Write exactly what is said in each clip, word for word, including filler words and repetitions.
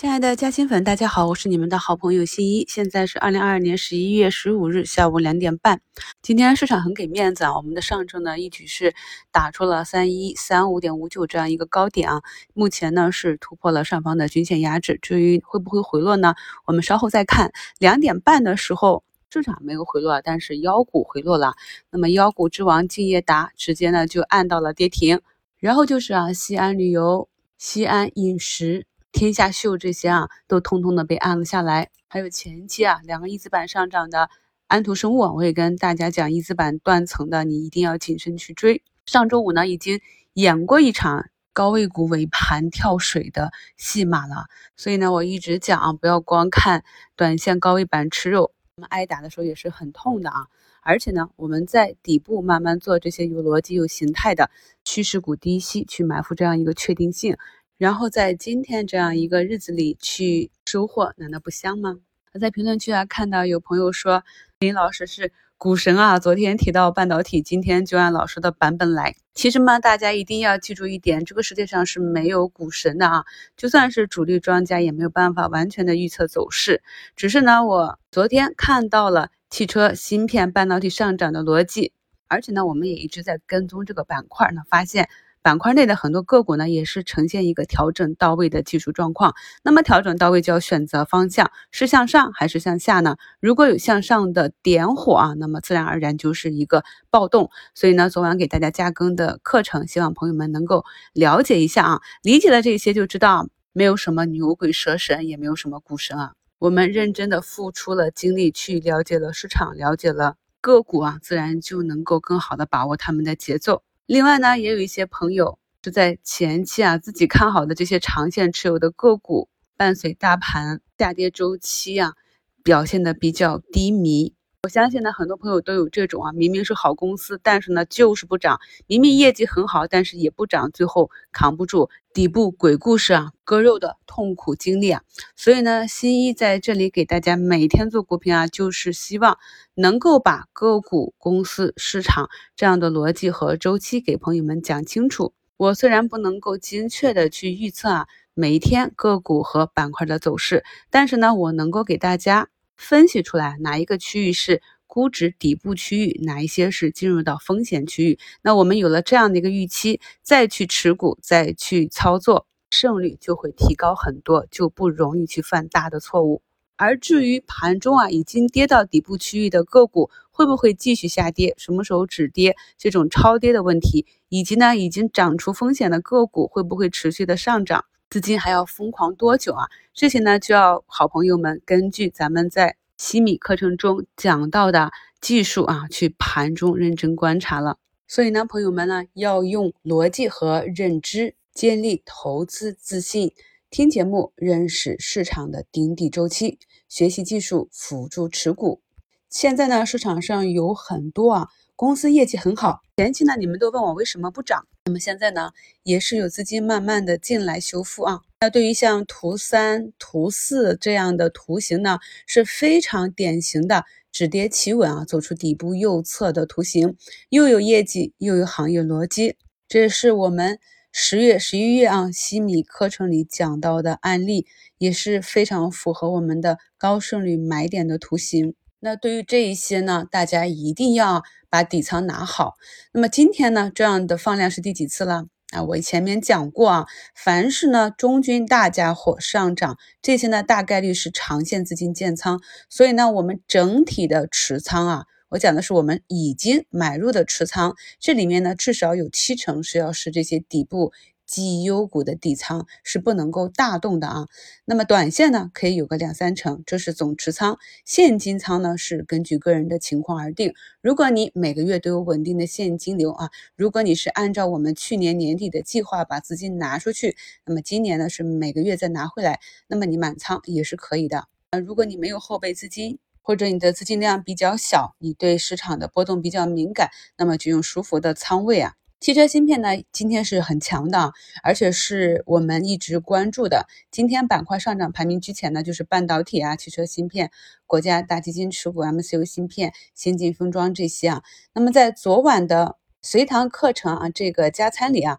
亲爱的嘉兴粉，大家好，我是你们的好朋友新一。现在是二零二二年十一月十五日下午两点半。今天市场很给面子啊，我们的上证呢一举是打出了三一三五点五九这样一个高点啊，目前呢是突破了上方的均线压制。至于会不会回落呢？我们稍后再看。两点半的时候，市场没有回落，但是妖股回落了。那么妖股之王敬业达直接呢就按到了跌停，然后就是啊西安旅游、西安饮食、天下秀这些啊，都通通的被按了下来。还有前期啊，两个一字板上涨的安图生物，我也跟大家讲，一字板断层的，你一定要谨慎去追。上周五呢，已经演过一场高位股尾盘跳水的戏码了，所以呢，我一直讲啊，不要光看短线高位板吃肉，我们挨打的时候也是很痛的啊。而且呢，我们在底部慢慢做这些有逻辑、有形态的趋势股低吸，去埋伏这样一个确定性。然后在今天这样一个日子里去收获，难道不香吗？我在评论区啊看到有朋友说林老师是股神啊，昨天提到半导体，今天就按老师的版本来。其实嘛，大家一定要记住一点，这个世界上是没有股神的啊，就算是主力庄家也没有办法完全的预测走势。只是呢，我昨天看到了汽车芯片半导体上涨的逻辑，而且呢，我们也一直在跟踪这个板块呢，发现板块内的很多个股呢，也是呈现一个调整到位的技术状况。那么调整到位就要选择方向，是向上还是向下呢？如果有向上的点火啊，那么自然而然就是一个暴动。所以呢，昨晚给大家加更的课程，希望朋友们能够了解一下啊，理解了这些就知道，没有什么牛鬼蛇神，也没有什么股神啊。我们认真的付出了精力去了解了市场，了解了个股啊，自然就能够更好的把握他们的节奏。另外呢，也有一些朋友是在前期啊自己看好的这些长线持有的个股，伴随大盘下跌周期啊表现的比较低迷。我相信呢，很多朋友都有这种啊，明明是好公司，但是呢就是不涨，明明业绩很好，但是也不涨，最后扛不住，底部鬼故事啊，割肉的痛苦经历啊。所以呢，新一在这里给大家每天做股评啊，就是希望能够把个股、公司、市场这样的逻辑和周期给朋友们讲清楚。我虽然不能够精确的去预测啊每一天个股和板块的走势，但是呢，我能够给大家分析出来哪一个区域是估值底部区域，哪一些是进入到风险区域。那我们有了这样的一个预期，再去持股，再去操作，胜率就会提高很多，就不容易去犯大的错误。而至于盘中啊已经跌到底部区域的个股会不会继续下跌，什么时候止跌，这种超跌的问题，以及呢已经涨出风险的个股会不会持续的上涨，资金还要疯狂多久啊？这些呢就要好朋友们根据咱们在西米课程中讲到的技术啊去盘中认真观察了。所以呢，朋友们呢要用逻辑和认知建立投资自信，听节目认识市场的顶底周期，学习技术辅助持股。现在呢，市场上有很多啊公司业绩很好，前期呢你们都问我为什么不涨，那么现在呢也是有资金慢慢的进来修复啊。那对于像图三、图四这样的图形呢，是非常典型的止跌企稳啊，走出底部右侧的图形，又有业绩又有行业逻辑。这是我们十月、十一月啊西米课程里讲到的案例，也是非常符合我们的高胜率买点的图形。那对于这一些呢，大家一定要把底仓拿好。那么今天呢，这样的放量是第几次了？啊，我前面讲过啊，凡是呢中军大家伙上涨，这些呢大概率是长线资金建仓，所以呢我们整体的持仓啊，我讲的是我们已经买入的持仓，这里面呢至少有七成是要是这些底部绩优股的底仓，是不能够大动的啊。那么短线呢可以有个两三成，这是总持仓，现金仓呢是根据个人的情况而定。如果你每个月都有稳定的现金流啊，如果你是按照我们去年年底的计划把资金拿出去，那么今年呢是每个月再拿回来，那么你满仓也是可以的。呃，如果你没有后备资金，或者你的资金量比较小，你对市场的波动比较敏感，那么就用舒服的仓位啊。汽车芯片呢，今天是很强的，而且是我们一直关注的。今天板块上涨排名居前呢，就是半导体啊、汽车芯片、国家大基金持股 M C U 芯片、先进封装这些啊。那么在昨晚的随堂课程啊这个加餐里啊，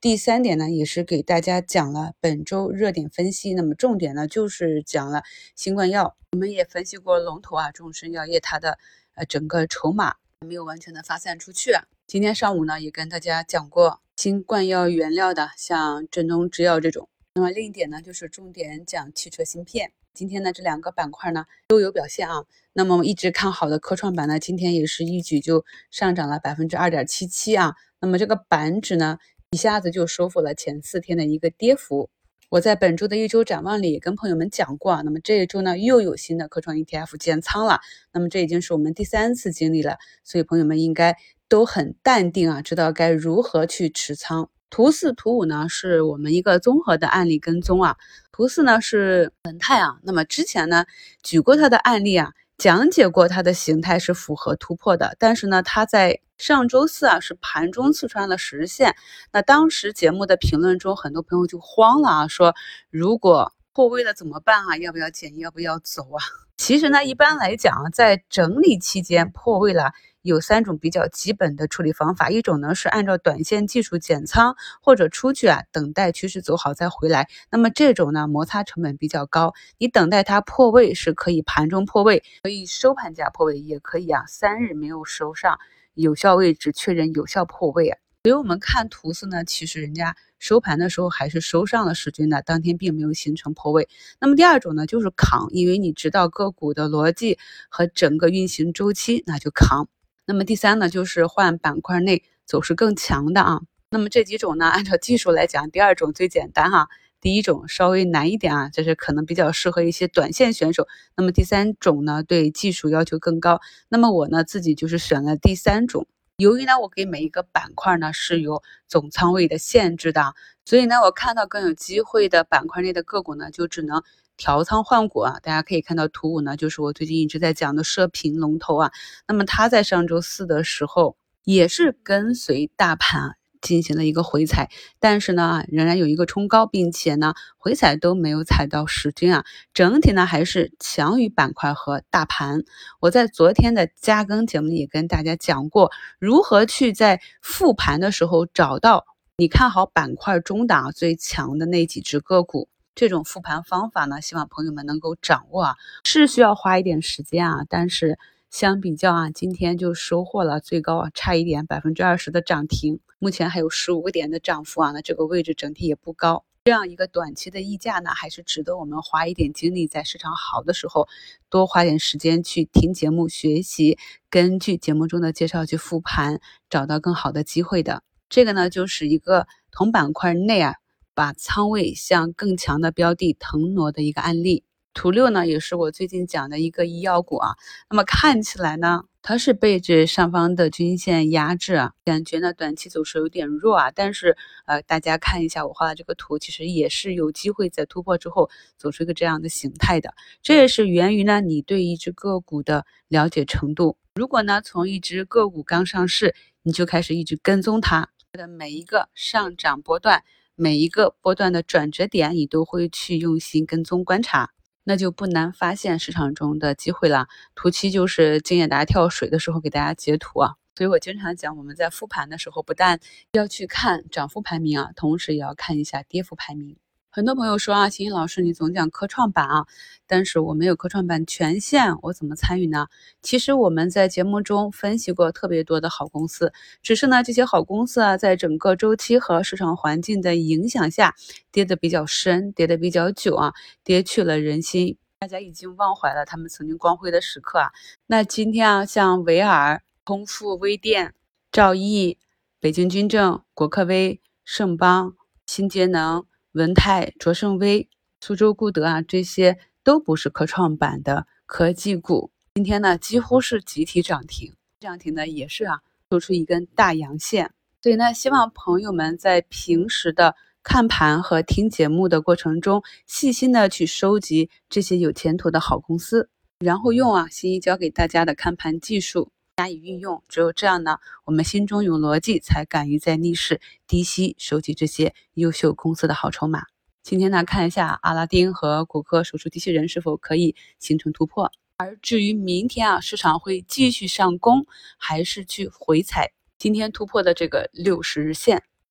第三点呢，也是给大家讲了本周热点分析，那么重点呢就是讲了新冠药。我们也分析过龙头啊，众生药业它的呃整个筹码没有完全的发散出去啊。今天上午呢也跟大家讲过新冠药原料的，像振东制药这种。那么另一点呢，就是重点讲汽车芯片。今天呢这两个板块呢都有表现啊。那么一直看好的科创板呢，今天也是一举就上涨了 百分之二点七七 啊。那么这个板指呢一下子就收复了前四天的一个跌幅。我在本周的一周展望里也跟朋友们讲过啊，那么这一周呢又有新的科创 E T F 建仓了，那么这已经是我们第三次经历了，所以朋友们应该都很淡定啊，知道该如何去持仓。图四图五呢是我们一个综合的案例跟踪啊，图四呢是文泰啊，那么之前呢举过它的案例啊，讲解过它的形态是符合突破的，但是呢它在上周四啊是盘中刺穿了十日线，那当时节目的评论中很多朋友就慌了啊，说如果破位了怎么办啊，要不要减要不要走啊。其实呢一般来讲在整理期间破位了有三种比较基本的处理方法，一种呢是按照短线技术减仓或者出去啊，等待趋势走好再回来。那么这种呢摩擦成本比较高，你等待它破位是可以盘中破位，可以收盘价破位，也可以啊三日没有收上有效位置确认有效破位啊。所以我们看图四呢，其实人家收盘的时候还是收上了十均的，当天并没有形成破位。那么第二种呢就是扛，因为你知道个股的逻辑和整个运行周期，那就扛。那么第三呢，就是换板块内走势更强的啊。那么这几种呢，按照技术来讲，第二种最简单哈，第一种稍微难一点啊，这是可能比较适合一些短线选手。那么第三种呢，对技术要求更高。那么我呢自己就是选了第三种。由于呢我给每一个板块呢是有总仓位的限制的，所以呢我看到更有机会的板块内的个股呢，就只能调仓换股啊。大家可以看到图五呢，就是我最近一直在讲的射频龙头啊。那么它在上周四的时候也是跟随大盘进行了一个回踩，但是呢仍然有一个冲高，并且呢回踩都没有踩到十均啊，整体呢还是强于板块和大盘。我在昨天的加更节目里也跟大家讲过，如何去在复盘的时候找到你看好板块中档最强的那几只个股。这种复盘方法呢，希望朋友们能够掌握啊，是需要花一点时间啊，但是相比较啊，今天就收获了最高啊，差一点百分之二十的涨停，目前还有十五个点的涨幅啊，那这个位置整体也不高。这样一个短期的溢价呢，还是值得我们花一点精力，在市场好的时候，多花点时间去听节目学习，根据节目中的介绍去复盘，找到更好的机会的。这个呢，就是一个同板块内啊，把仓位向更强的标的腾挪的一个案例。图六呢，也是我最近讲的一个医药股啊。那么看起来呢，它是被这上方的均线压制啊，感觉呢短期走势有点弱啊。但是呃，大家看一下我画的这个图，其实也是有机会在突破之后走出一个这样的形态的。这也是源于呢你对一只个股的了解程度。如果呢从一只个股刚上市，你就开始一直跟踪它的每一个上涨波段，每一个波段的转折点，你都会去用心跟踪观察，那就不难发现市场中的机会了。图七就是金眼达跳水的时候给大家截图啊，所以我经常讲，我们在复盘的时候，不但要去看涨幅排名啊，同时也要看一下跌幅排名。很多朋友说啊，秦老师你总讲科创板啊，但是我没有科创板权限，我怎么参与呢？其实我们在节目中分析过特别多的好公司，只是呢这些好公司啊，在整个周期和市场环境的影响下，跌得比较深，跌得比较久啊，跌去了人心，大家已经忘怀了他们曾经光辉的时刻啊。那今天啊，像维尔、通富微电、兆易、北京军政、国科微、盛邦、新节能、文泰、卓胜微、苏州固德啊，这些都不是科创板的科技股。今天呢，几乎是集体涨停，涨停呢也是啊，做出一根大阳线。所以呢，希望朋友们在平时的看盘和听节目的过程中，细心的去收集这些有前途的好公司，然后用啊新一教给大家的看盘技术加以运用。只有这样呢，我们心中有逻辑，才敢于在逆势低吸收集这些优秀公司的好筹码。今天呢，看一下阿拉丁和谷歌手术机器人是否可以形成突破。而至于明天啊，市场会继续上攻，还是去回踩今天突破的这个六十日线。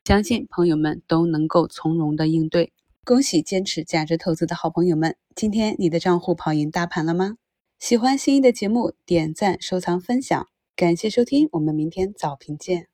相信朋友们都能够从容的应对。恭喜坚持价值投资的好朋友们，今天你的账户跑赢大盘了吗？喜欢新一的节目，点赞、收藏、分享，感谢收听，我们明天早评见。